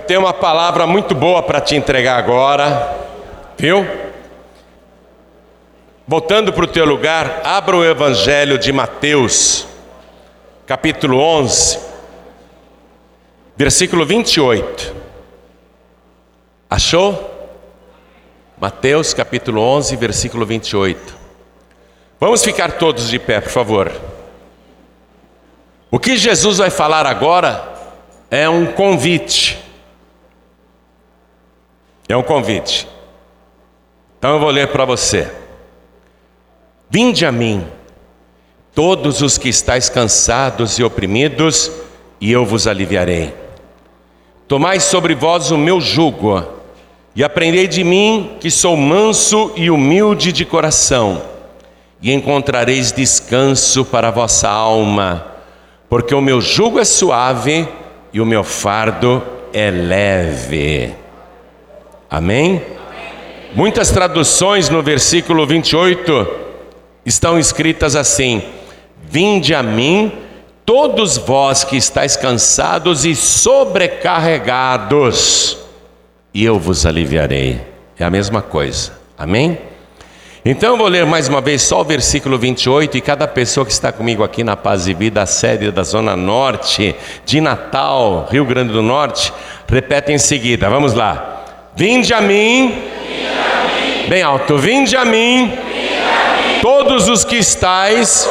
tenho uma palavra muito boa para te entregar agora, viu? Voltando para o teu lugar, abra o Evangelho de Mateus, capítulo 11, versículo 28. Achou? Mateus, capítulo 11, versículo 28. Vamos ficar todos de pé, por favor. O que Jesus vai falar agora é um convite. É um convite. Então eu vou ler para você. Vinde a mim, todos os que estáis cansados e oprimidos, e eu vos aliviarei. Tomai sobre vós o meu jugo, e aprendei de mim, que sou manso e humilde de coração, e encontrareis descanso para a vossa alma, porque o meu jugo é suave e o meu fardo é leve. Amém? Muitas traduções no versículo 28 estão escritas assim: vinde a mim, todos vós que estáis cansados e sobrecarregados, e eu vos aliviarei. É a mesma coisa, amém? Então eu vou ler mais uma vez só o versículo 28, e cada pessoa que está comigo aqui na Paz e Vida, a sede da Zona Norte de Natal, Rio Grande do Norte, repete em seguida, vamos lá. Vinde a mim, bem alto, vinde a mim, todos os que estáis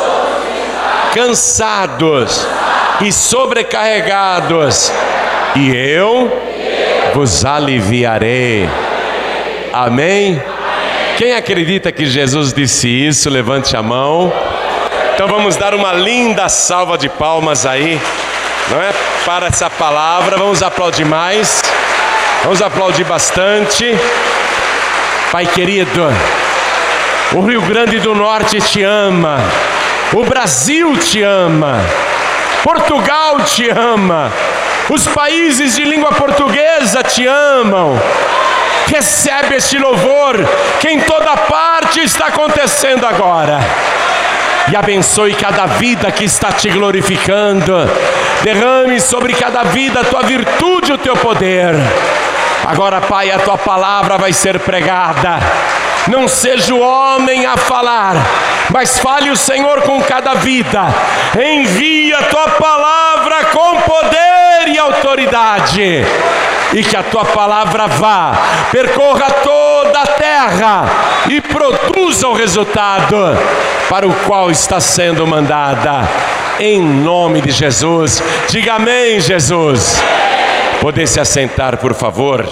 cansados e sobrecarregados, e eu vos aliviarei. Amém? Quem acredita que Jesus disse isso, levante a mão. Então vamos dar uma linda salva de palmas aí, não é? Para essa palavra, vamos aplaudir mais. Vamos aplaudir bastante. Pai querido, o Rio Grande do Norte te ama, o Brasil te ama, Portugal te ama, os países de língua portuguesa te amam. Recebe este louvor que em toda parte está acontecendo agora, e abençoe cada vida que está te glorificando. Derrame sobre cada vida a tua virtude e o teu poder. Agora, Pai, a tua palavra vai ser pregada. Não seja o homem a falar, mas fale o Senhor com cada vida. Envia a tua palavra com poder e autoridade, e que a tua palavra vá, percorra toda a terra e produza o resultado para o qual está sendo mandada. Em nome de Jesus, diga amém, Jesus. Poder se assentar, por favor.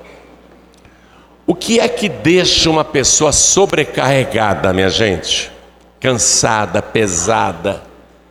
O que é que deixa uma pessoa sobrecarregada, minha gente? Cansada, pesada.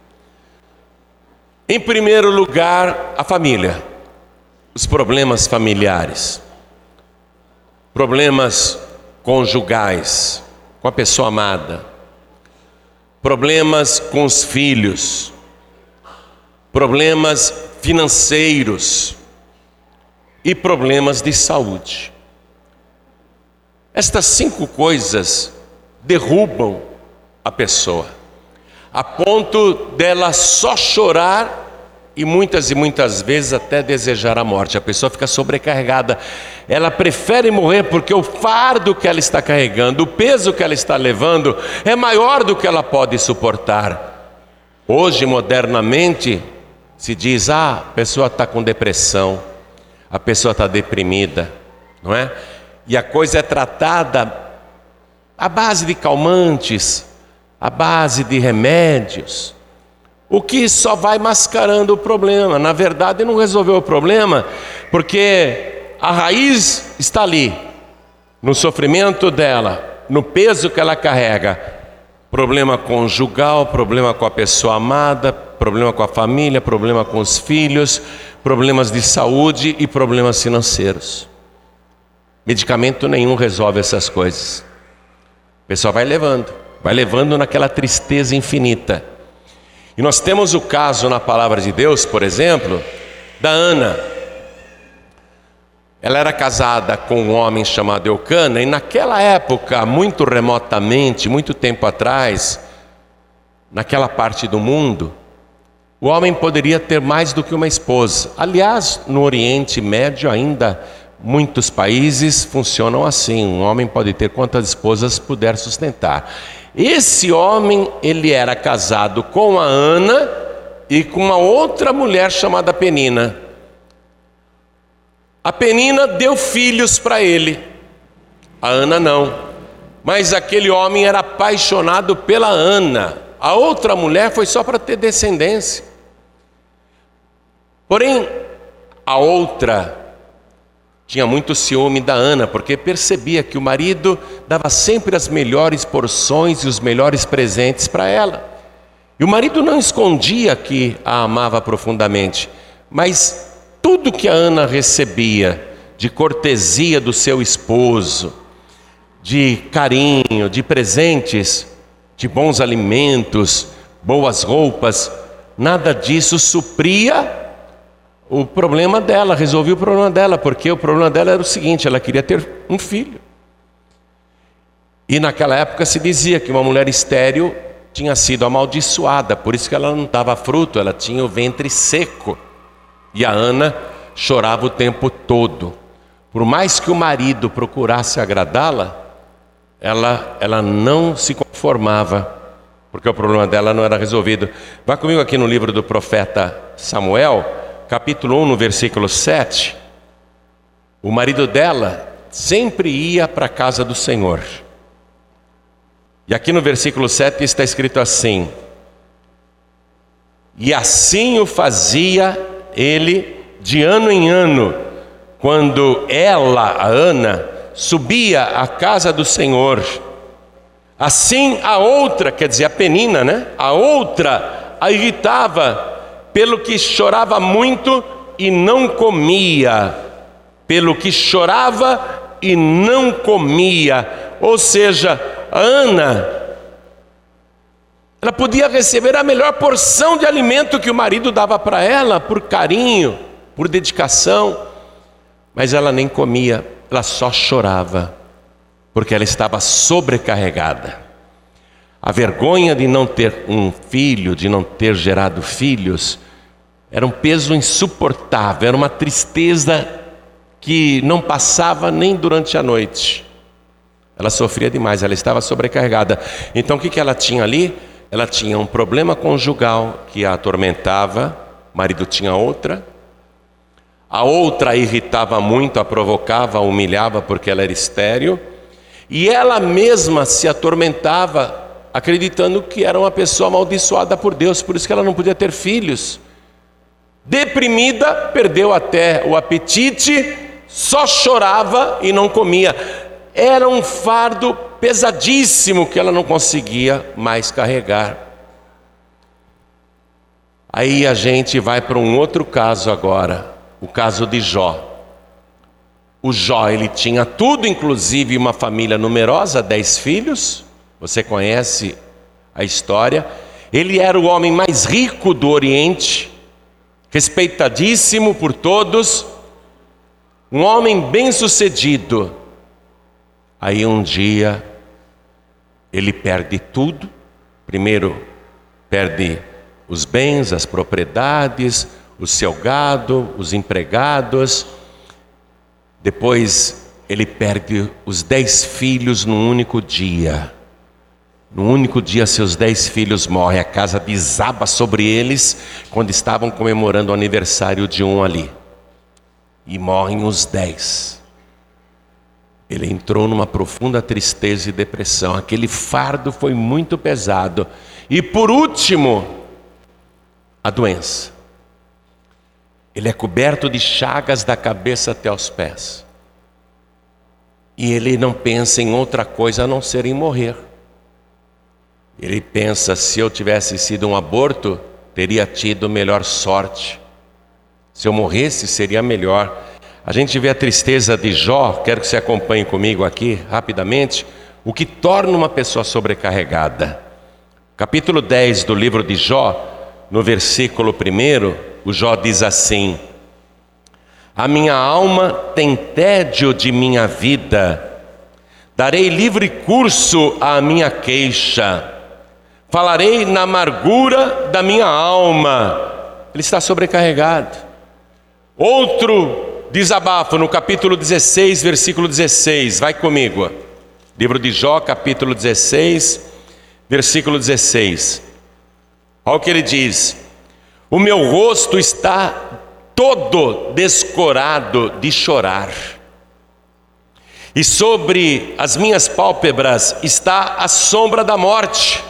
Em primeiro lugar, a família. Os problemas familiares. Problemas conjugais, com a pessoa amada. Problemas com os filhos. Problemas financeiros. E problemas de saúde. Estas 5 coisas derrubam a pessoa, a ponto dela só chorar e muitas vezes até desejar a morte. A pessoa fica sobrecarregada, ela prefere morrer porque o fardo que ela está carregando, o peso que ela está levando é maior do que ela pode suportar. Hoje, modernamente, se diz, a pessoa está com depressão, a pessoa está deprimida, não é? E a coisa é tratada à base de calmantes, à base de remédios, o que só vai mascarando o problema. Na verdade, não resolveu o problema, porque a raiz está ali, no sofrimento dela, no peso que ela carrega. Problema conjugal, problema com a pessoa amada, problema com a família, problema com os filhos, problemas de saúde e problemas financeiros. Medicamento nenhum resolve essas coisas. O pessoal vai levando naquela tristeza infinita. E nós temos o caso na palavra de Deus, por exemplo, da Ana. Ela era casada com um homem chamado Eucana, e naquela época, muito remotamente, muito tempo atrás, naquela parte do mundo, o homem poderia ter mais do que uma esposa. Aliás, no Oriente Médio ainda muitos países funcionam assim. Um homem pode ter quantas esposas puder sustentar. Esse homem, ele era casado com a Ana e com uma outra mulher chamada Penina. A Penina deu filhos para ele, a Ana não. Mas aquele homem era apaixonado pela Ana. A outra mulher foi só para ter descendência. Porém, a outra tinha muito ciúme da Ana, porque percebia que o marido dava sempre as melhores porções e os melhores presentes para ela. E o marido não escondia que a amava profundamente, mas tudo que a Ana recebia de cortesia do seu esposo, de carinho, de presentes, de bons alimentos, boas roupas, nada disso supria o problema dela, resolvia o problema dela, porque o problema dela era o seguinte: ela queria ter um filho. E naquela época se dizia que uma mulher estéril tinha sido amaldiçoada, por isso que ela não dava fruto, ela tinha o ventre seco. E a Ana chorava o tempo todo. Por mais que o marido procurasse agradá-la, ela não se conformava, porque o problema dela não era resolvido. Vá comigo aqui no livro do profeta Samuel, capítulo 1, no versículo 7. O marido dela sempre ia para a casa do Senhor. E aqui no versículo 7 está escrito assim: e assim o fazia ele de ano em ano, quando ela, a Ana, subia à casa do Senhor. Assim a outra, quer dizer a Penina, né? A outra a irritava, pelo que chorava muito e não comia. Pelo que chorava e não comia. Ou seja, a Ana, ela podia receber a melhor porção de alimento que o marido dava para ela, por carinho, por dedicação, mas ela nem comia, ela só chorava, porque ela estava sobrecarregada. A vergonha de não ter um filho, de não ter gerado filhos, era um peso insuportável, era uma tristeza que não passava nem durante a noite. Ela sofria demais, ela estava sobrecarregada. Então o que ela tinha ali? Ela tinha um problema conjugal que a atormentava, o marido tinha outra. A outra a irritava muito, a provocava, a humilhava porque ela era estéril. E ela mesma se atormentava, acreditando que era uma pessoa amaldiçoada por Deus, por isso que ela não podia ter filhos. Deprimida, perdeu até o apetite, só chorava e não comia. Era um fardo pesadíssimo que ela não conseguia mais carregar. Aí a gente vai para um outro caso agora, o caso de Jó. O Jó, ele tinha tudo, inclusive uma família numerosa, 10 filhos. Você conhece a história. Ele era o homem mais rico do Oriente, respeitadíssimo por todos, um homem bem-sucedido. Aí um dia ele perde tudo. Primeiro perde os bens, as propriedades, o seu gado, os empregados. Depois ele perde os 10 filhos num único dia. Num único dia seus 10 filhos morrem. A casa desaba sobre eles quando estavam comemorando o aniversário de um ali. E morrem os 10. Ele entrou numa profunda tristeza e depressão. Aquele fardo foi muito pesado. E por último, a doença. Ele é coberto de chagas da cabeça até os pés. E ele não pensa em outra coisa a não ser em morrer. Ele pensa: se eu tivesse sido um aborto, teria tido melhor sorte. Se eu morresse, seria melhor. A gente vê a tristeza de Jó. Quero que você acompanhe comigo aqui, rapidamente, o que torna uma pessoa sobrecarregada. Capítulo 10 do livro de Jó, no versículo 1, o Jó diz assim: a minha alma tem tédio de minha vida, darei livre curso à minha queixa, falarei na amargura da minha alma, Ele está sobrecarregado. Outro desabafo no capítulo 16, versículo 16. Vai comigo. Livro de Jó, capítulo 16, versículo 16. Olha o que ele diz: o meu rosto está todo descorado de chorar, e sobre as minhas pálpebras está a sombra da morte.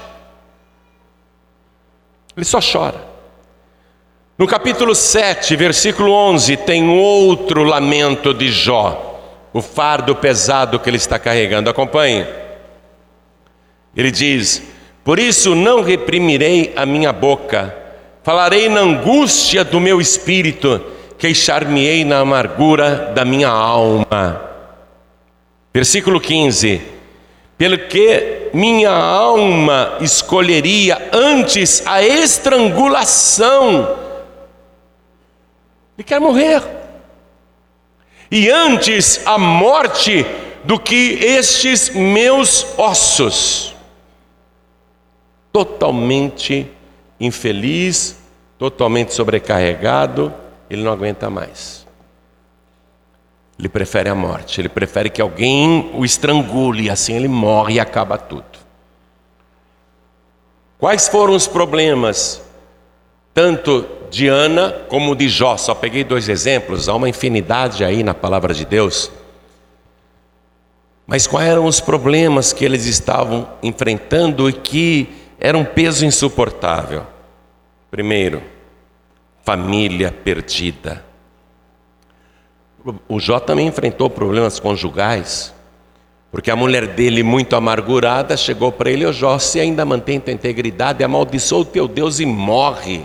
Ele só chora. No capítulo 7, versículo 11, tem outro lamento de Jó, o fardo pesado que ele está carregando. Acompanhe. Ele diz: por isso não reprimirei a minha boca, falarei na angústia do meu espírito, queixar-me-ei na amargura da minha alma. Versículo 15: pelo que minha alma escolheria antes a estrangulação. Ele quer morrer. E antes a morte do que estes meus ossos. Totalmente infeliz, totalmente sobrecarregado, ele não aguenta mais. Ele prefere a morte, ele prefere que alguém o estrangule, assim ele morre e acaba tudo. Quais foram os problemas, tanto de Ana como de Jó? Só peguei 2 exemplos, há uma infinidade aí na palavra de Deus. Mas quais eram os problemas que eles estavam enfrentando e que era um peso insuportável? Primeiro, família perdida. O Jó também enfrentou problemas conjugais, porque a mulher dele, muito amargurada, chegou para ele: ô Jó, se ainda mantém tua integridade, amaldiçoa o teu Deus e morre.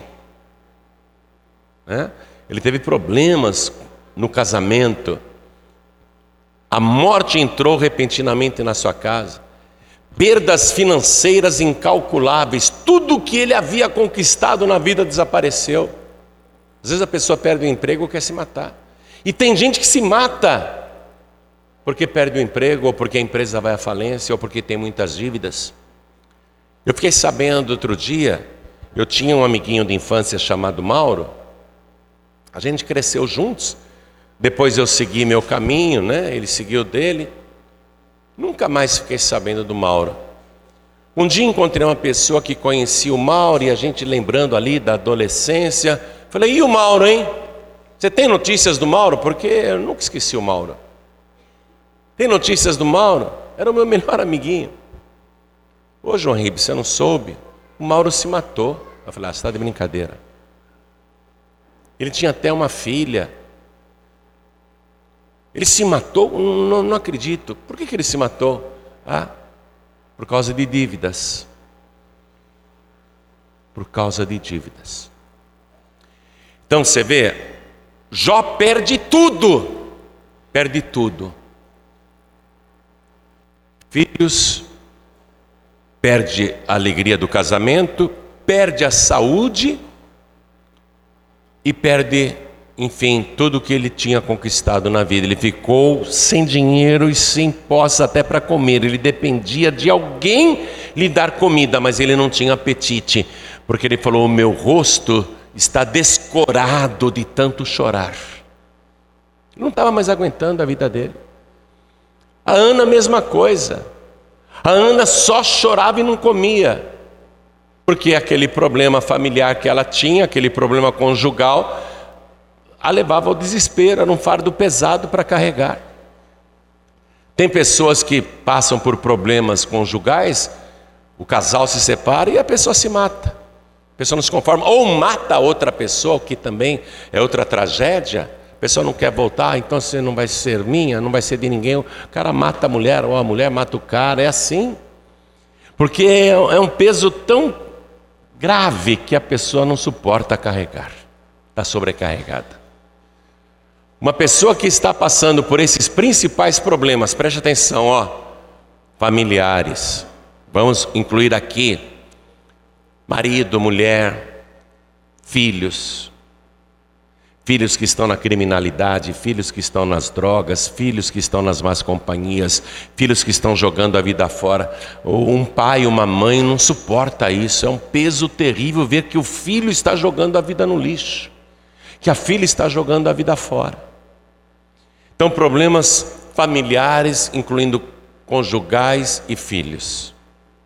Ele teve problemas no casamento. A morte entrou repentinamente na sua casa. Perdas financeiras incalculáveis. Tudo que ele havia conquistado na vida desapareceu. Às vezes a pessoa perde o emprego ou quer se matar. E tem gente que se mata porque perde o emprego, ou porque a empresa vai à falência, ou porque tem muitas dívidas. Eu fiquei sabendo outro dia, eu tinha um amiguinho de infância chamado Mauro. A gente cresceu juntos. Depois eu segui meu caminho, ele seguiu o dele. Nunca mais fiquei sabendo do Mauro. Um dia encontrei uma pessoa que conhecia o Mauro, e a gente lembrando ali da adolescência, falei: e o Mauro, hein? Você tem notícias do Mauro? Porque eu nunca esqueci o Mauro. Tem notícias do Mauro? Era o meu melhor amiguinho. Ô João Ribe, você não soube? O Mauro se matou. Eu falei: você está de brincadeira. Ele tinha até uma filha. Ele se matou? Não acredito. Por que ele se matou? Por causa de dívidas. Por causa de dívidas. Então você vê, Jó perde tudo. Perde tudo. Filhos, perde a alegria do casamento, perde a saúde e perde, enfim, tudo que ele tinha conquistado na vida. Ele ficou sem dinheiro e sem posse até para comer. Ele dependia de alguém lhe dar comida, mas ele não tinha apetite, porque ele falou: o meu rosto está descorado de tanto chorar. Ele não estava mais aguentando a vida dele. A Ana, a mesma coisa. A Ana só chorava e não comia, porque aquele problema familiar que ela tinha, aquele problema conjugal, a levava ao desespero. Era um fardo pesado para carregar. Tem pessoas que passam por problemas conjugais, o casal se separa e a pessoa se mata. A pessoa não se conforma, ou mata a outra pessoa, o que também é outra tragédia. A pessoa não quer voltar, então você não vai ser minha, não vai ser de ninguém. O cara mata a mulher, ou a mulher mata o cara. É assim. Porque é um peso tão grave que a pessoa não suporta carregar. Está sobrecarregada. Uma pessoa que está passando por esses principais problemas, preste atenção, familiares. Vamos incluir aqui marido, mulher, filhos. Filhos que estão na criminalidade, filhos que estão nas drogas, filhos que estão nas más companhias, filhos que estão jogando a vida fora. Um pai, uma mãe não suporta isso. É um peso terrível ver que o filho está jogando a vida no lixo, que a filha está jogando a vida fora. Então, problemas familiares, incluindo conjugais e filhos.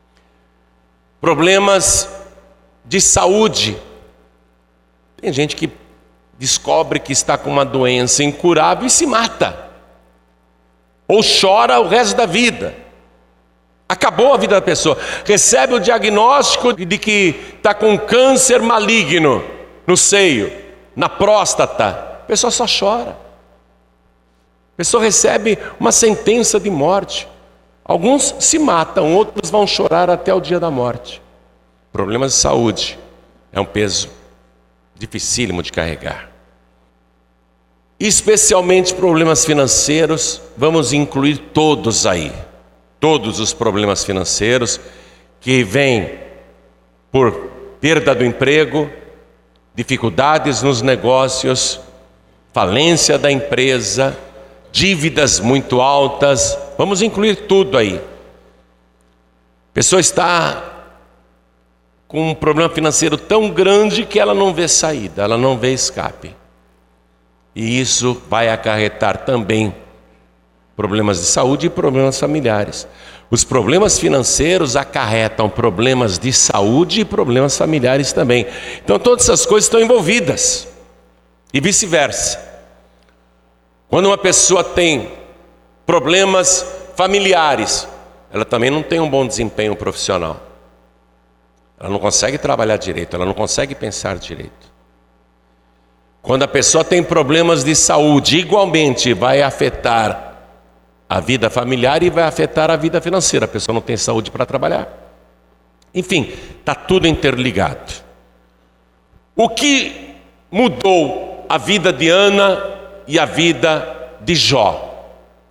Problemas de saúde. Tem gente que descobre que está com uma doença incurável e se mata, ou chora o resto da vida. Acabou a vida da pessoa. Recebe o diagnóstico de que está com câncer maligno no seio, na próstata. A pessoa só chora. A pessoa recebe uma sentença de morte. Alguns se matam, outros vão chorar até o dia da morte. Problemas de saúde é um peso dificílimo de carregar. Especialmente problemas financeiros, vamos incluir todos aí. Todos os problemas financeiros que vêm por perda do emprego, dificuldades nos negócios, falência da empresa, dívidas muito altas. Vamos incluir tudo aí. A pessoa está com um problema financeiro tão grande que ela não vê saída, ela não vê escape. E isso vai acarretar também problemas de saúde e problemas familiares. Os problemas financeiros acarretam problemas de saúde e problemas familiares também. Então todas essas coisas estão envolvidas. E vice-versa. Quando uma pessoa tem problemas familiares, ela também não tem um bom desempenho profissional. Ela não consegue trabalhar direito, ela não consegue pensar direito. Quando a pessoa tem problemas de saúde, igualmente vai afetar a vida familiar e vai afetar a vida financeira. A pessoa não tem saúde para trabalhar. Enfim, está tudo interligado. O que mudou a vida de Ana e a vida de Jó?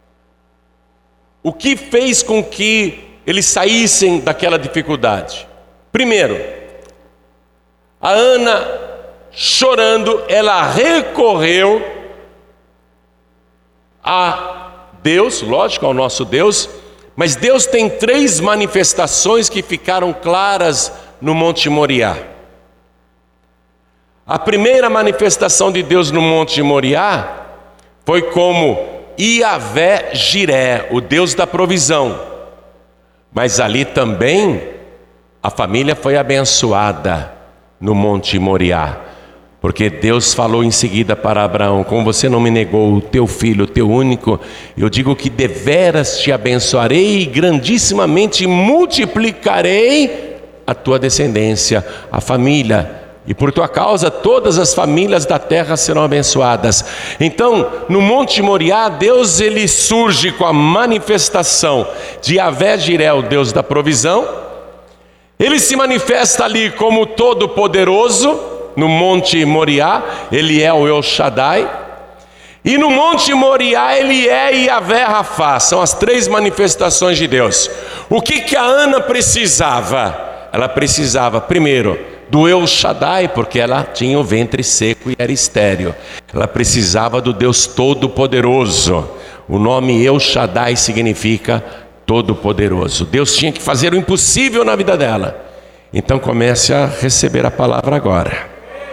O que fez com que eles saíssem daquela dificuldade? Primeiro, a Ana, chorando, ela recorreu a Deus, lógico, ao nosso Deus, mas Deus tem 3 manifestações que ficaram claras no Monte Moriá. A primeira manifestação de Deus no Monte Moriá foi como Iavé Jiré, o Deus da provisão. Mas ali também a família foi abençoada no Monte Moriá, porque Deus falou em seguida para Abraão: como você não me negou o teu filho, o teu único, eu digo que deveras te abençoarei e grandissimamente multiplicarei a tua descendência, a família, e por tua causa todas as famílias da terra serão abençoadas. Então, no Monte Moriá, Deus ele surge com a manifestação de Iavé Jiré, o Deus da provisão. Ele se manifesta ali como todo-poderoso no Monte Moriá, ele é o El Shaddai. E no Monte Moriá ele é Iavé Rafá. São as 3 manifestações de Deus. O que a Ana precisava? Ela precisava, primeiro, do El Shaddai, porque ela tinha o ventre seco e era estéril. Ela precisava do Deus Todo-Poderoso. O nome El Shaddai significa Todo-Poderoso. Deus tinha que fazer o impossível na vida dela. Então comece a receber a palavra agora.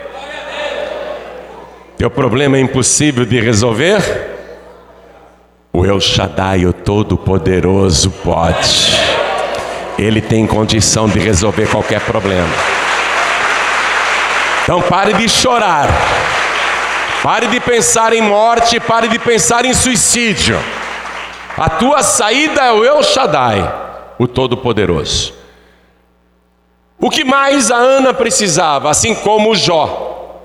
Teu problema é impossível de resolver? O El Shaddai, o Todo-Poderoso, pode. Ele tem condição de resolver qualquer problema. Então pare de chorar. Pare de pensar em morte, pare de pensar em suicídio. A tua saída é o El Shaddai, o Todo-Poderoso. O que mais a Ana precisava, assim como o Jó?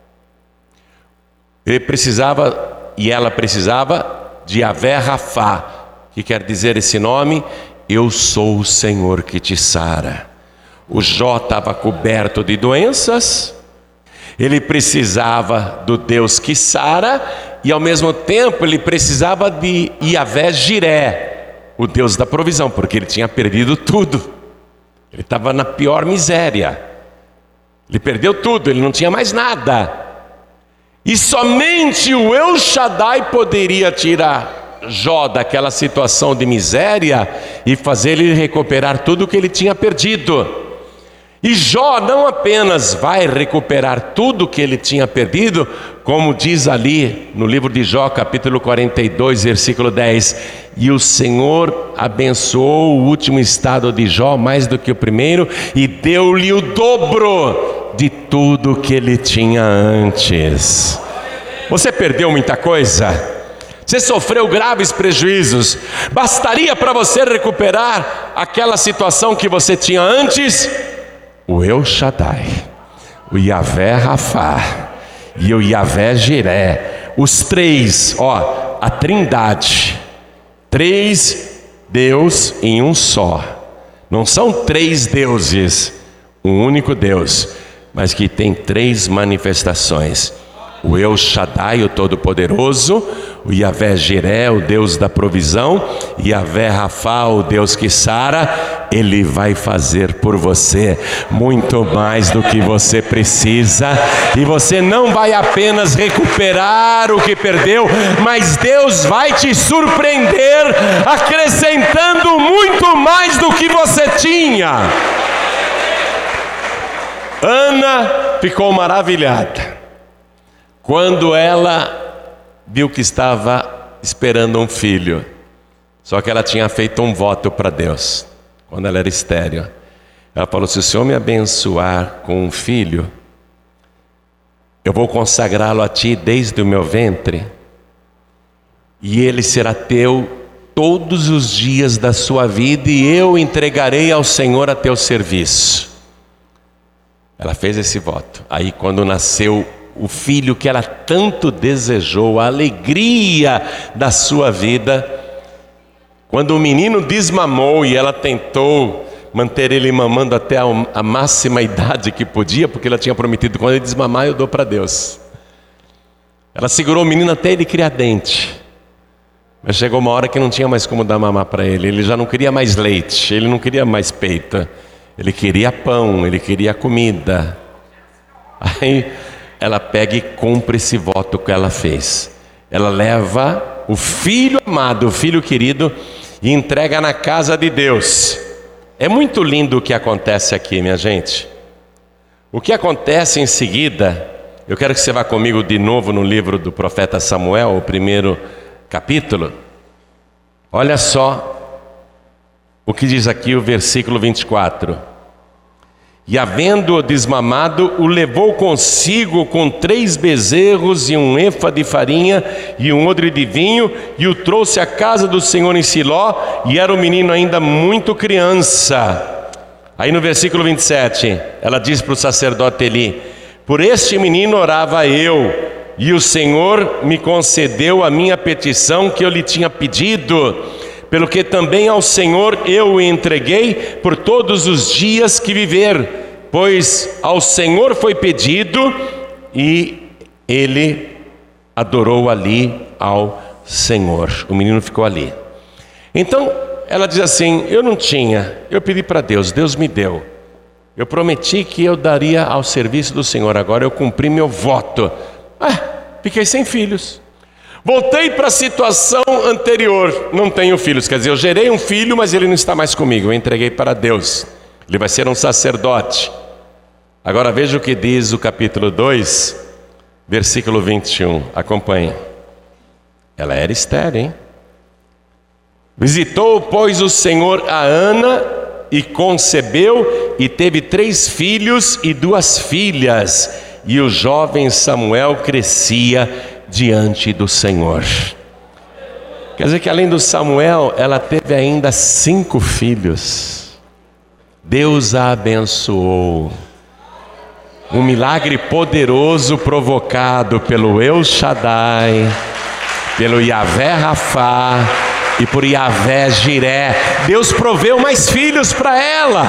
Ele precisava, e ela precisava, de Iavé Rafá, que quer dizer esse nome: eu sou o Senhor que te sara. O Jó estava coberto de doenças, ele precisava do Deus que sara, e ao mesmo tempo ele precisava de Iavé Jiré, o Deus da provisão, porque ele tinha perdido tudo. Ele estava na pior miséria. Ele perdeu tudo, ele não tinha mais nada. E somente o El Shaddai poderia tirar Jó daquela situação de miséria e fazer ele recuperar tudo o que ele tinha perdido. E Jó não apenas vai recuperar tudo que ele tinha perdido, como diz ali no livro de Jó, capítulo 42, versículo 10: e o Senhor abençoou o último estado de Jó mais do que o primeiro, e deu-lhe o dobro de tudo que ele tinha antes. Você perdeu muita coisa? Você sofreu graves prejuízos? Bastaria para você recuperar aquela situação que você tinha antes? O El Shaddai, o Yahvé Rafá e o Yahvé Jiré, os três, a trindade, três Deus em um só. Não são três deuses, um único Deus, mas que tem três manifestações: o El Shaddai, o Todo-Poderoso, o Yahvé Jiré, o Deus da provisão, e Yahvé Rafá, o Deus que sara. Ele vai fazer por você muito mais do que você precisa, e você não vai apenas recuperar o que perdeu, mas Deus vai te surpreender, acrescentando muito mais do que você tinha. Ana ficou maravilhada quando ela viu que estava esperando um filho, só que ela tinha feito um voto para Deus. Quando ela era estéril, ela falou: se o Senhor me abençoar com um filho, eu vou consagrá-lo a Ti desde o meu ventre, e ele será Teu todos os dias da sua vida, e eu entregarei ao Senhor a Teu serviço. Ela fez esse voto. Aí quando nasceu o filho que ela tanto desejou, a alegria da sua vida, quando o menino desmamou e ela tentou manter ele mamando até a máxima idade que podia, porque ela tinha prometido: quando ele desmamar eu dou para Deus. Ela segurou o menino até ele criar dente, mas chegou uma hora que não tinha mais como dar mamar para ele. Ele já não queria mais leite, ele não queria mais peito, ele queria pão, ele queria comida. Aí ela pega e cumpre esse voto que ela fez. Ela leva o filho amado, o filho querido, e entrega na casa de Deus. É muito lindo o que acontece aqui, minha gente. O que acontece em seguida, eu quero que você vá comigo de novo no livro do profeta Samuel, o primeiro capítulo. Olha só o que diz aqui o versículo 24. E havendo-o desmamado, o levou consigo com 3 bezerros e um efa de farinha e um odre de vinho, e o trouxe à casa do Senhor em Siló, e era o menino ainda muito criança. Aí no versículo 27, ela diz para o sacerdote Eli: por este menino orava eu, e o Senhor me concedeu a minha petição que eu lhe tinha pedido, pelo que também ao Senhor eu o entreguei por todos os dias que viver, pois ao Senhor foi pedido, e ele adorou ali ao Senhor. O menino ficou ali. Então ela diz assim: eu não tinha, eu pedi para Deus, Deus me deu. Eu prometi que eu daria ao serviço do Senhor, agora eu cumpri meu voto. Fiquei sem filhos. Voltei para a situação anterior, não tenho filhos, quer dizer, eu gerei um filho, mas ele não está mais comigo, eu entreguei para Deus, ele vai ser um sacerdote. Agora veja o que diz o capítulo 2, versículo 21, acompanhe. Ela era estéril, hein? Visitou, pois, o Senhor a Ana, e concebeu, e teve 3 filhos e 2 filhas, e o jovem Samuel crescia diante do Senhor. Quer dizer que além do Samuel, ela teve ainda 5 filhos. Deus a abençoou. Um milagre poderoso provocado pelo El Shaddai, pelo Yahvé Rafá e por Yahvé Jiré. Deus proveu mais filhos para ela.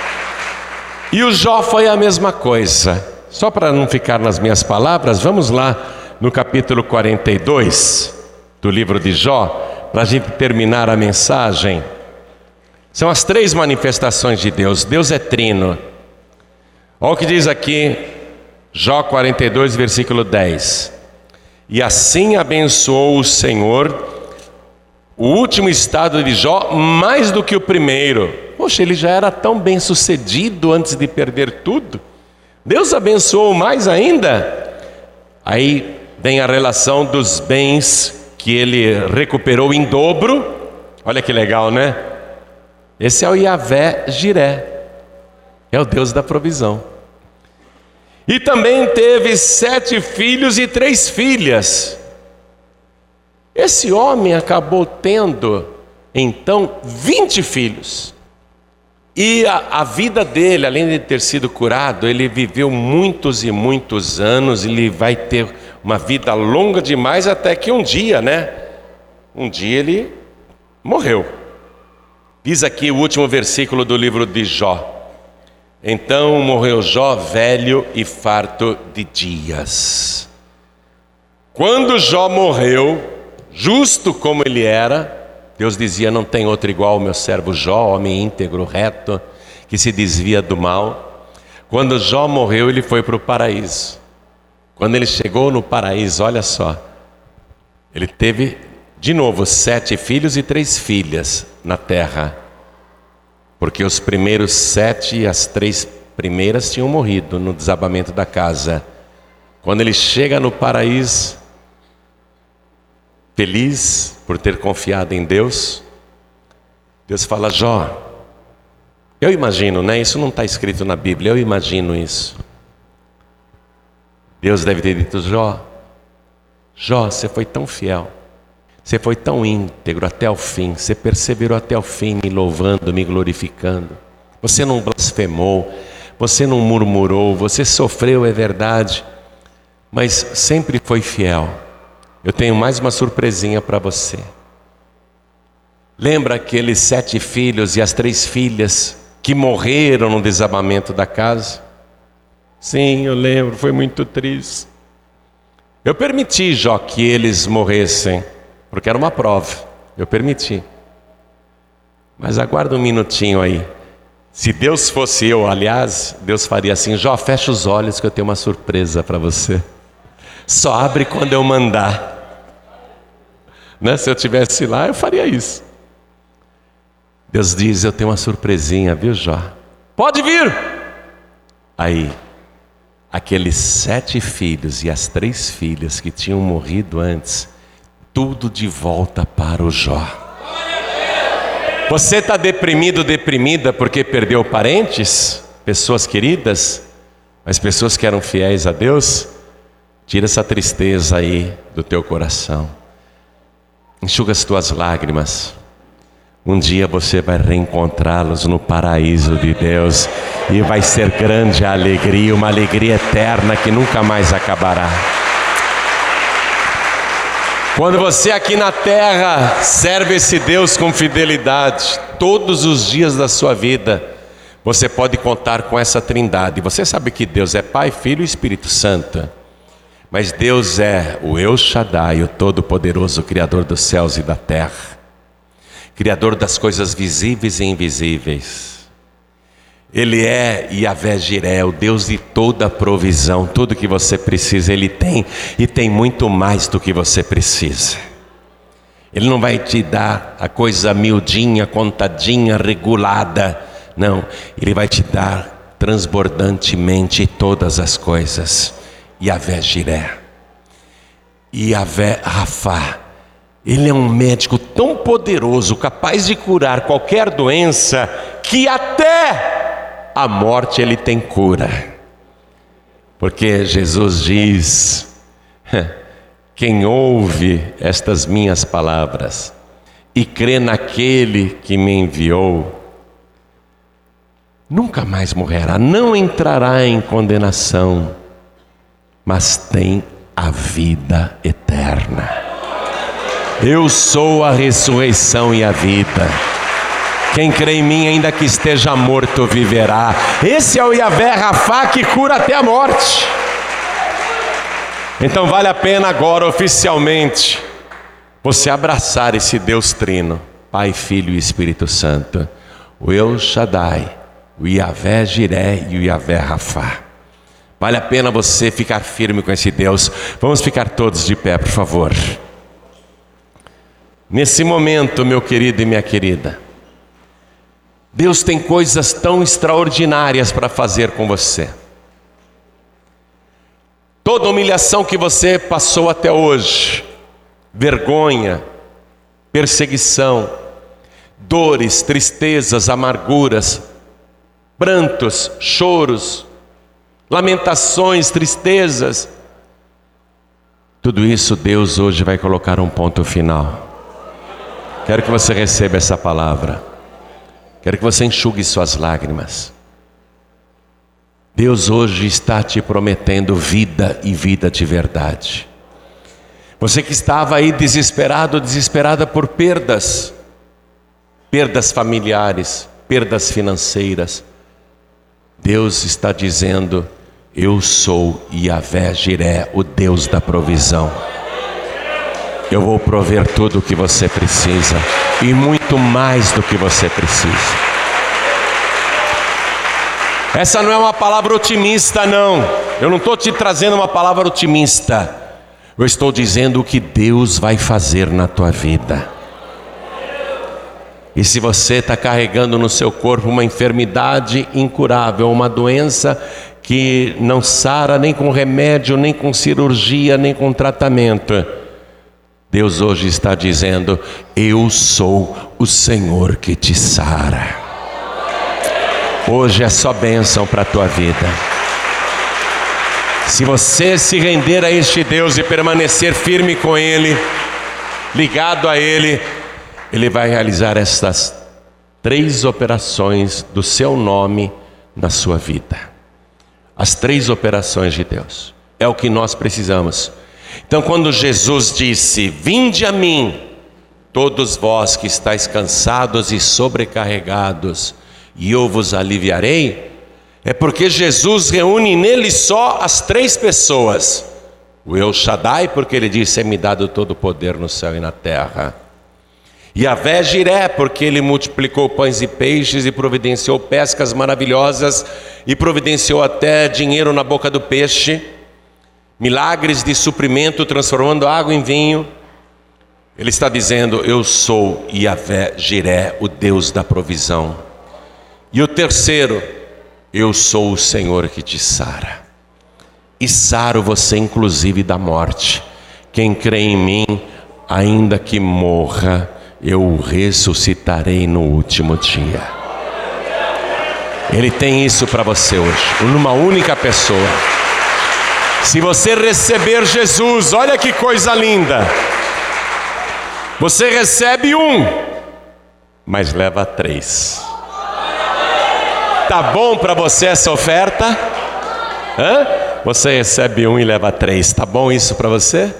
E o Jó foi a mesma coisa. Só para não ficar nas minhas palavras, vamos lá no capítulo 42 do livro de Jó, para a gente terminar a mensagem. São as 3 manifestações de Deus. Deus é trino. Olha o que diz aqui, Jó 42, versículo 10. E assim abençoou o Senhor o último estado de Jó mais do que o primeiro. Poxa, ele já era tão bem sucedido antes de perder tudo. Deus abençoou mais ainda. Aí vem a relação dos bens que ele recuperou em dobro. Olha que legal, né? Esse é o Yahvé Jiré, é o Deus da provisão. E também teve 7 filhos e 3 filhas. Esse homem acabou tendo, então, 20 filhos. E a vida dele, além de ter sido curado, ele viveu muitos e muitos anos. Ele vai ter uma vida longa demais, até que um dia, um dia ele morreu. Diz aqui o último versículo do livro de Jó. Então morreu Jó velho e farto de dias. Quando Jó morreu, justo como ele era, Deus dizia: não tem outro igual ao meu servo Jó, homem íntegro, reto, que se desvia do mal. Quando Jó morreu, ele foi para o paraíso. Quando ele chegou no paraíso, olha só, ele teve de novo 7 filhos e 3 filhas na terra, porque os primeiros 7 e as 3 primeiras tinham morrido no desabamento da casa. Quando ele chega no paraíso, feliz por ter confiado em Deus, Deus fala: Jó, eu imagino, isso não está escrito na Bíblia, eu imagino isso. Deus deve ter dito: Jó, você foi tão fiel, você foi tão íntegro até o fim, você perseverou até o fim, me louvando, me glorificando. Você não blasfemou, você não murmurou, você sofreu, é verdade, mas sempre foi fiel. Eu tenho mais uma surpresinha para você. Lembra aqueles 7 filhos e as 3 filhas que morreram no desabamento da casa? Sim, eu lembro, foi muito triste. Eu permiti, Jó, que eles morressem, porque era uma prova, eu permiti. Mas aguarda um minutinho aí. Se Deus fosse eu, aliás, Deus faria assim: Jó, fecha os olhos que eu tenho uma surpresa para você. Só abre quando eu mandar. Se eu estivesse lá, eu faria isso. Deus diz: eu tenho uma surpresinha, viu, Jó? Pode vir! Aí, aqueles 7 filhos e as 3 filhas que tinham morrido antes, tudo de volta para o Jó. Você está deprimido, deprimida porque perdeu parentes, pessoas queridas, mas pessoas que eram fiéis a Deus? Tira essa tristeza aí do teu coração. Enxuga as tuas lágrimas. Um dia você vai reencontrá-los no paraíso de Deus, e vai ser grande a alegria, uma alegria eterna que nunca mais acabará. Quando você aqui na terra serve esse Deus com fidelidade, todos os dias da sua vida, você pode contar com essa trindade. Você sabe que Deus é Pai, Filho e Espírito Santo. Mas Deus é o El Shaddai, o Todo-Poderoso, Criador dos céus e da terra, Criador das coisas visíveis e invisíveis. Ele é Yahvé Jiré, o Deus de toda a provisão. Tudo que você precisa Ele tem, e tem muito mais do que você precisa. Ele não vai te dar a coisa miudinha, contadinha, regulada. Não, Ele vai te dar transbordantemente todas as coisas. Yahvé Jiré, Yahvé Rafá. Ele é um médico tão poderoso, capaz de curar qualquer doença, que até a morte Ele tem cura. Porque Jesus diz: quem ouve estas minhas palavras e crê naquele que me enviou, nunca mais morrerá, não entrará em condenação, mas tem a vida eterna. Eu sou a ressurreição e a vida. Quem crê em mim, ainda que esteja morto, viverá. Esse é o Yahvé Rafá, que cura até a morte. Então vale a pena agora, oficialmente, você abraçar esse Deus trino, Pai, Filho e Espírito Santo, o El Shaddai, o Yahvé Jiré e o Yahvé Rafá. Vale a pena você ficar firme com esse Deus. Vamos ficar todos de pé, por favor. Nesse momento, meu querido e minha querida, Deus tem coisas tão extraordinárias para fazer com você. Toda humilhação que você passou até hoje, vergonha, perseguição, dores, tristezas, amarguras, prantos, choros, lamentações, tristezas, tudo isso Deus hoje vai colocar um ponto final. Quero que você receba essa palavra. Quero que você enxugue suas lágrimas. Deus hoje está te prometendo vida e vida de verdade. Você que estava aí desesperado, desesperada por perdas familiares, perdas financeiras, Deus está dizendo: eu sou Yahvé Jiré, o Deus da provisão. Eu vou prover tudo o que você precisa e muito mais do que você precisa. Essa não é uma palavra otimista, não. Eu não estou te trazendo uma palavra otimista. Eu estou dizendo o que Deus vai fazer na tua vida. E se você está carregando no seu corpo uma enfermidade incurável, uma doença que não sara nem com remédio, nem com cirurgia, nem com tratamento, Deus hoje está dizendo: eu sou o Senhor que te sara. Hoje é só bênção para a tua vida. Se você se render a este Deus e permanecer firme com Ele, ligado a Ele, Ele vai realizar estas 3 operações do seu nome na sua vida. As 3 operações de Deus. É o que nós precisamos. Então, quando Jesus disse: vinde a mim, todos vós que estáis cansados e sobrecarregados, e eu vos aliviarei, é porque Jesus reúne nele só as 3 pessoas. O El Shaddai, porque ele disse: é-me dado todo o poder no céu e na terra. Yahvé Jiré, porque ele multiplicou pães e peixes e providenciou pescas maravilhosas e providenciou até dinheiro na boca do peixe, milagres de suprimento, transformando água em vinho. Ele está dizendo: eu sou Yahvé Jiré, o Deus da provisão. E o terceiro: eu sou o Senhor que te sara. E saro você inclusive da morte. Quem crê em mim, ainda que morra, eu o ressuscitarei no último dia. Ele tem isso para você hoje, numa única pessoa. Se você receber Jesus, olha que coisa linda. Você recebe 1, mas leva 3. Tá bom para você essa oferta? Hã? Você recebe 1 e leva 3. Tá bom isso para você?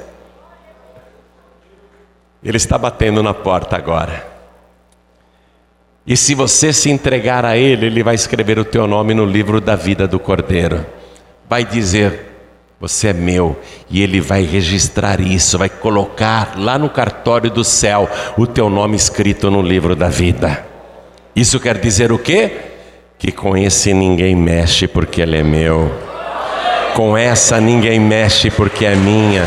Ele está batendo na porta agora. E se você se entregar a Ele, Ele vai escrever o teu nome no livro da vida do Cordeiro. Vai dizer: você é meu. E Ele vai registrar isso, vai colocar lá no cartório do céu o teu nome escrito no livro da vida. Isso quer dizer o quê? Que com esse ninguém mexe porque ele é meu. Com essa ninguém mexe porque é minha.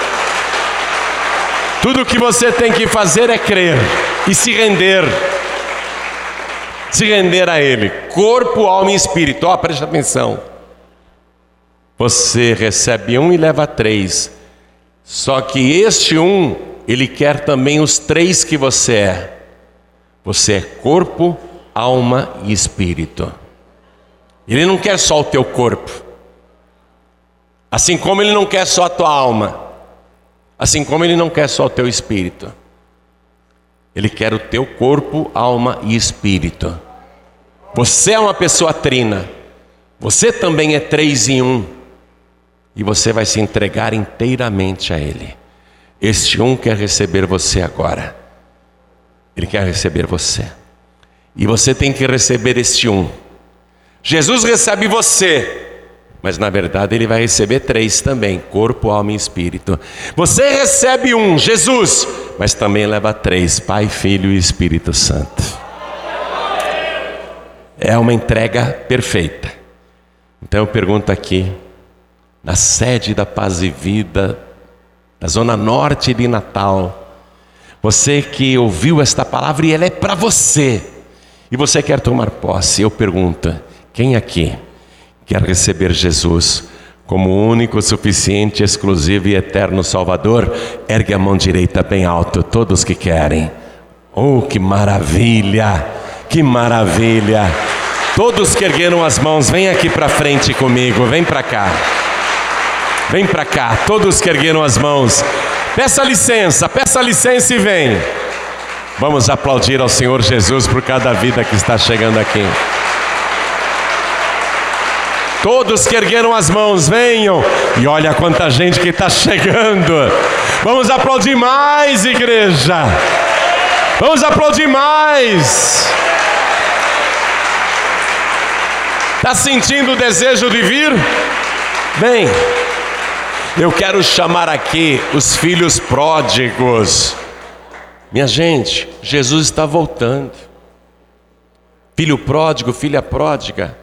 Tudo o que você tem que fazer é crer e se render. Se render a Ele, corpo, alma e espírito. Preste atenção. Você recebe 1 e leva 3. Só que este 1, Ele quer também os 3 que você é. Você é corpo, alma e espírito. Ele não quer só o teu corpo. Assim como Ele não quer só a tua alma. Assim como Ele não quer só o teu espírito. Ele quer o teu corpo, alma e espírito. Você é uma pessoa trina. Você também é 3 em 1. E você vai se entregar inteiramente a Ele. Este 1 quer receber você agora. Ele quer receber você. E você tem que receber este 1. Jesus recebe você. Mas na verdade Ele vai receber 3 também. Corpo, alma e espírito. Você recebe 1, Jesus. Mas também leva 3, Pai, Filho e Espírito Santo. É uma entrega perfeita. Então eu pergunto aqui: na sede da Paz e Vida, na zona norte de Natal. Você que ouviu esta palavra e ela é para você, e você quer tomar posse. Eu pergunto, quem aqui quer receber Jesus como único, suficiente, exclusivo e eterno Salvador? Ergue a mão direita bem alto, todos que querem. Oh, que maravilha, que maravilha. Todos que ergueram as mãos, vem aqui para frente comigo, vem para cá. Vem para cá, todos que ergueram as mãos. Peça licença e vem. Vamos aplaudir ao Senhor Jesus por cada vida que está chegando aqui. Todos que ergueram as mãos, venham. E olha quanta gente que está chegando. Vamos aplaudir mais, igreja. Vamos aplaudir mais. Está sentindo o desejo de vir? Vem. Eu quero chamar aqui os filhos pródigos. Minha gente, Jesus está voltando. Filho pródigo, filha pródiga.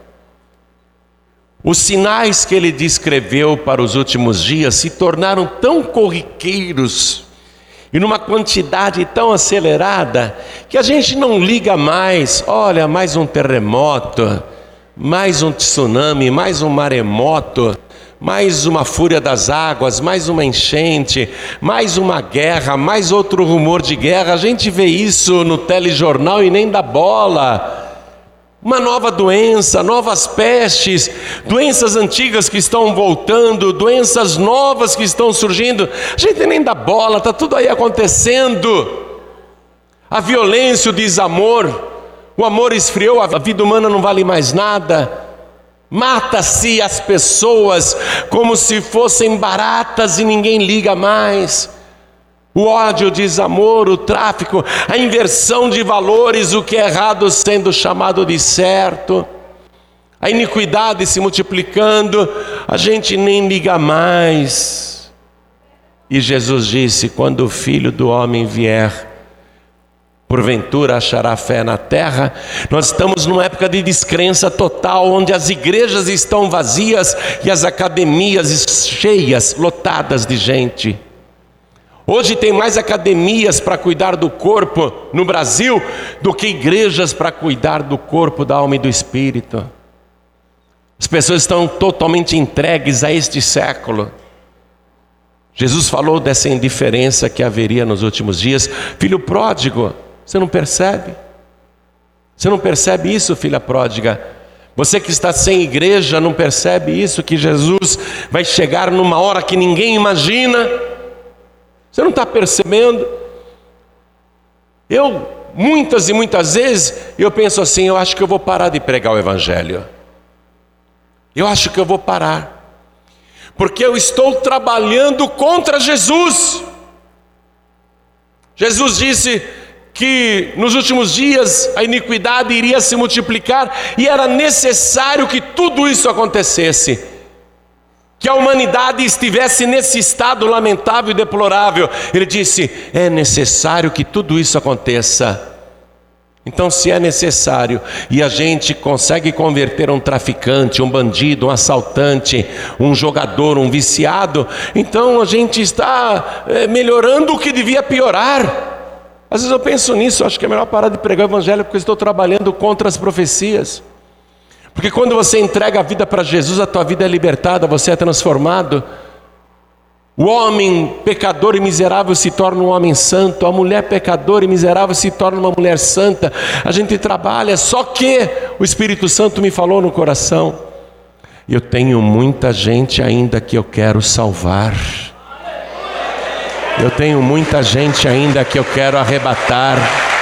Os sinais que ele descreveu para os últimos dias se tornaram tão corriqueiros e numa quantidade tão acelerada que a gente não liga mais. Olha, mais um terremoto, mais um tsunami, mais um maremoto, mais uma fúria das águas, mais uma enchente, mais uma guerra, mais outro rumor de guerra. A gente vê isso no telejornal e nem dá bola. Uma nova doença, novas pestes, doenças antigas que estão voltando, doenças novas que estão surgindo. A gente nem dá bola, está tudo aí acontecendo. A violência, o desamor, o amor esfriou, a vida humana não vale mais nada. Mata-se as pessoas como se fossem baratas e ninguém liga mais. O ódio, o desamor, o tráfico, a inversão de valores, o que é errado sendo chamado de certo, a iniquidade se multiplicando, a gente nem liga mais. E Jesus disse: quando o Filho do Homem vier, porventura achará fé na terra? Nós estamos numa época de descrença total, onde as igrejas estão vazias e as academias cheias, lotadas de gente. Hoje tem mais academias para cuidar do corpo no Brasil do que igrejas para cuidar do corpo, da alma e do espírito. As pessoas estão totalmente entregues a este século. Jesus falou dessa indiferença que haveria nos últimos dias. Filho pródigo, você não percebe? Você não percebe isso, filha pródiga? Você que está sem igreja não percebe isso, que Jesus vai chegar numa hora que ninguém imagina? Você não está percebendo? Muitas e muitas vezes, eu penso assim: eu acho que eu vou parar de pregar o Evangelho. Eu acho que eu vou parar. Porque eu estou trabalhando contra Jesus. Jesus disse que nos últimos dias a iniquidade iria se multiplicar e era necessário que tudo isso acontecesse. Que a humanidade estivesse nesse estado lamentável e deplorável. Ele disse: é necessário que tudo isso aconteça. Então, se é necessário e a gente consegue converter um traficante, um bandido, um assaltante, um jogador, um viciado, então a gente está melhorando o que devia piorar. Às vezes eu penso nisso, acho que é melhor parar de pregar o Evangelho porque eu estou trabalhando contra as profecias. Porque quando você entrega a vida para Jesus, a tua vida é libertada, você é transformado. O homem pecador e miserável se torna um homem santo. A mulher pecadora e miserável se torna uma mulher santa. A gente trabalha, só que o Espírito Santo me falou no coração: eu tenho muita gente ainda que eu quero salvar. Eu tenho muita gente ainda que eu quero arrebatar.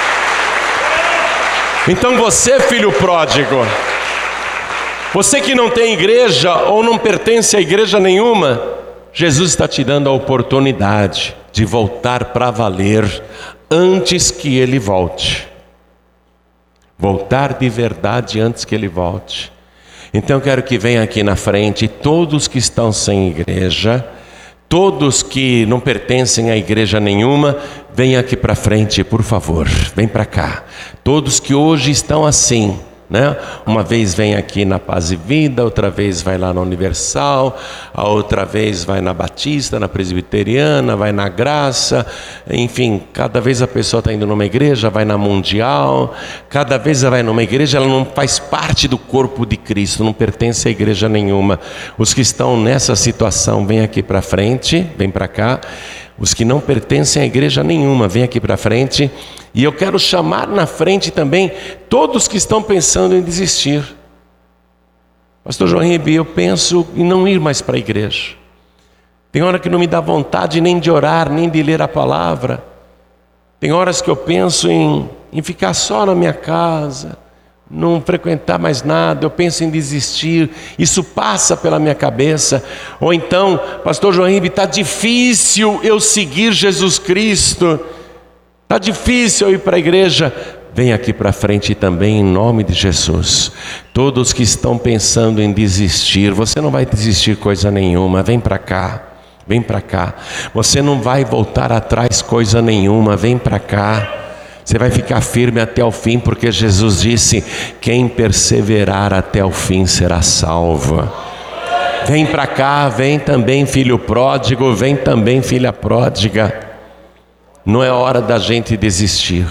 Então você, filho pródigo, você que não tem igreja ou não pertence a igreja nenhuma, Jesus está te dando a oportunidade de voltar para valer antes que Ele volte. Voltar de verdade antes que Ele volte. Então eu quero que venha aqui na frente todos que estão sem igreja, todos que não pertencem a igreja nenhuma, venha aqui para frente, por favor, vem para cá. Todos que hoje estão assim, né? Uma vez vem aqui na Paz e Vida, outra vez vai lá na Universal, a outra vez vai na Batista, na Presbiteriana, vai na Graça, enfim, cada vez a pessoa está indo numa igreja, vai na Mundial, cada vez ela vai numa igreja, ela não faz parte do corpo de Cristo, não pertence a igreja nenhuma. Os que estão nessa situação, vêm aqui para frente, vem para cá. Os que não pertencem a igreja nenhuma, vem aqui para frente. E eu quero chamar na frente também todos que estão pensando em desistir. Pastor João Ribe, eu penso em não ir mais para a igreja. Tem hora que não me dá vontade nem de orar, nem de ler a palavra. Tem horas que eu penso em ficar só na minha casa, não frequentar mais nada, eu penso em desistir, isso passa pela minha cabeça. Ou então, pastor João Ribe, está difícil eu seguir Jesus Cristo, está difícil eu ir para a igreja. Vem aqui para frente também em nome de Jesus. Todos que estão pensando em desistir, você não vai desistir coisa nenhuma, vem para cá. Vem para cá, você não vai voltar atrás coisa nenhuma, vem para cá. Você vai ficar firme até o fim, porque Jesus disse: quem perseverar até o fim será salvo. Vem para cá, vem também filho pródigo, vem também filha pródiga. Não é hora da gente desistir,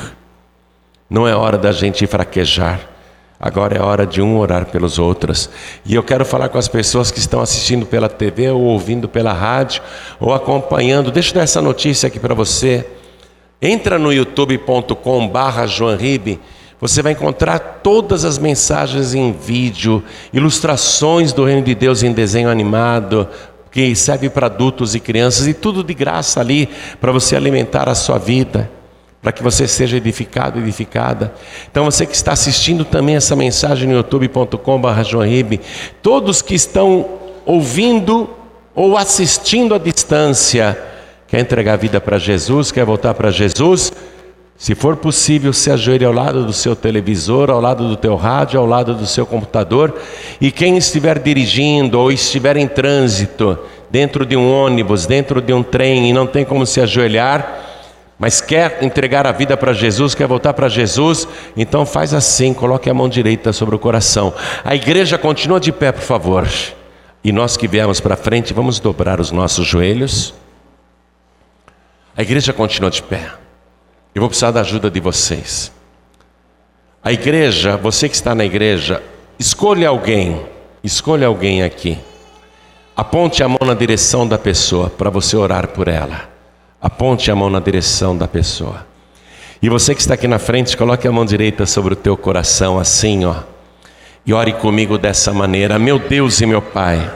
não é hora da gente fraquejar. Agora é hora de um orar pelos outros. E eu quero falar com as pessoas que estão assistindo pela TV, ou ouvindo pela rádio, ou acompanhando. Deixa eu dar essa notícia aqui para você. Entra no youtube.com/joanribe, você vai encontrar todas as mensagens em vídeo, ilustrações do Reino de Deus em desenho animado, que serve para adultos e crianças, e tudo de graça ali, para você alimentar a sua vida, para que você seja edificado, edificada. Então você que está assistindo também essa mensagem no youtube.com/joanribe, todos que estão ouvindo ou assistindo à distância, quer entregar a vida para Jesus, quer voltar para Jesus, se for possível, se ajoelhe ao lado do seu televisor, ao lado do teu rádio, ao lado do seu computador. E quem estiver dirigindo ou estiver em trânsito, dentro de um ônibus, dentro de um trem, e não tem como se ajoelhar, mas quer entregar a vida para Jesus, quer voltar para Jesus, então faz assim, coloque a mão direita sobre o coração. A igreja continua de pé, por favor. E nós que viemos para frente, vamos dobrar os nossos joelhos. A igreja continua de pé. Eu vou precisar da ajuda de vocês. A igreja, você que está na igreja, escolha alguém aqui. Aponte a mão na direção da pessoa para você orar por ela. Aponte a mão na direção da pessoa. E você que está aqui na frente, coloque a mão direita sobre o teu coração, assim, ó. E ore comigo dessa maneira: meu Deus e meu Pai,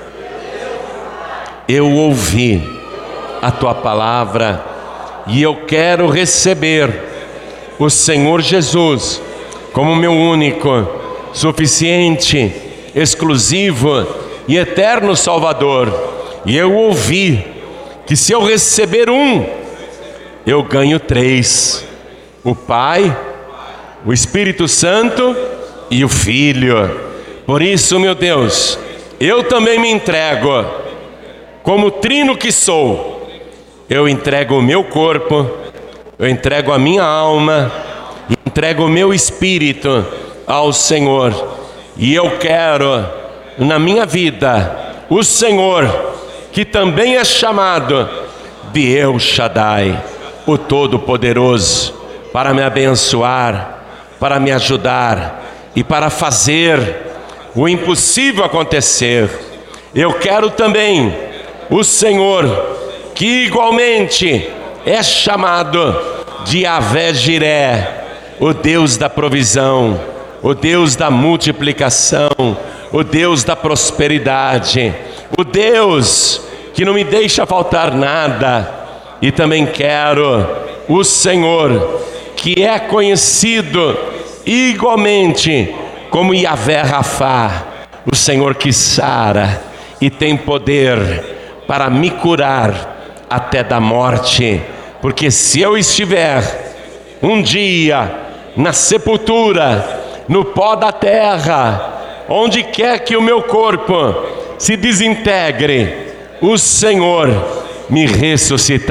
eu ouvi a tua palavra e eu quero receber o Senhor Jesus como meu único, suficiente, exclusivo e eterno Salvador. E eu ouvi que se eu receber um, eu ganho três: o Pai, o Espírito Santo e o Filho. Por isso, meu Deus, eu também me entrego, como trino que sou. Eu entrego o meu corpo, eu entrego a minha alma, entrego o meu espírito ao Senhor. E eu quero na minha vida o Senhor, que também é chamado de El Shaddai, o Todo-Poderoso, para me abençoar, para me ajudar e para fazer o impossível acontecer. Eu quero também o Senhor, que igualmente é chamado de Yahvé Jiré, o Deus da provisão, o Deus da multiplicação, o Deus da prosperidade, o Deus que não me deixa faltar nada. E também quero o Senhor, que é conhecido igualmente como Yahvé Rafá, o Senhor que sara e tem poder para me curar até da morte. Porque se eu estiver um dia na sepultura, no pó da terra, onde quer que o meu corpo se desintegre, o Senhor me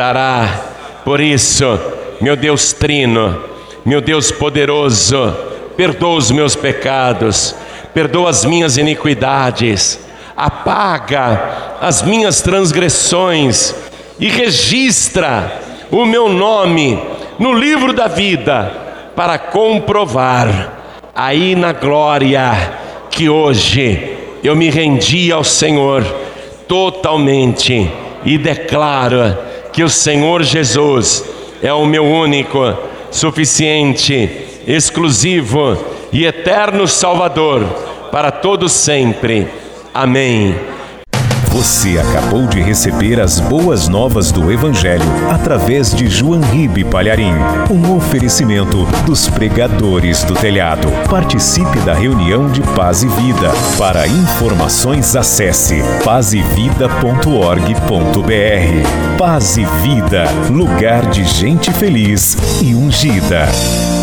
ressuscitará. Por isso, meu Deus trino, meu Deus poderoso, perdoa os meus pecados, perdoa as minhas iniquidades, apaga as minhas transgressões e registra o meu nome no livro da vida, para comprovar aí na glória que hoje eu me rendi ao Senhor totalmente e declaro que o Senhor Jesus é o meu único, suficiente, exclusivo e eterno Salvador para todos sempre. Amém. Você acabou de receber as boas novas do Evangelho através de João Ribe Palharim, um oferecimento dos pregadores do telhado. Participe da reunião de Paz e Vida. Para informações, acesse pazevida.org.br. Paz e Vida, lugar de gente feliz e ungida.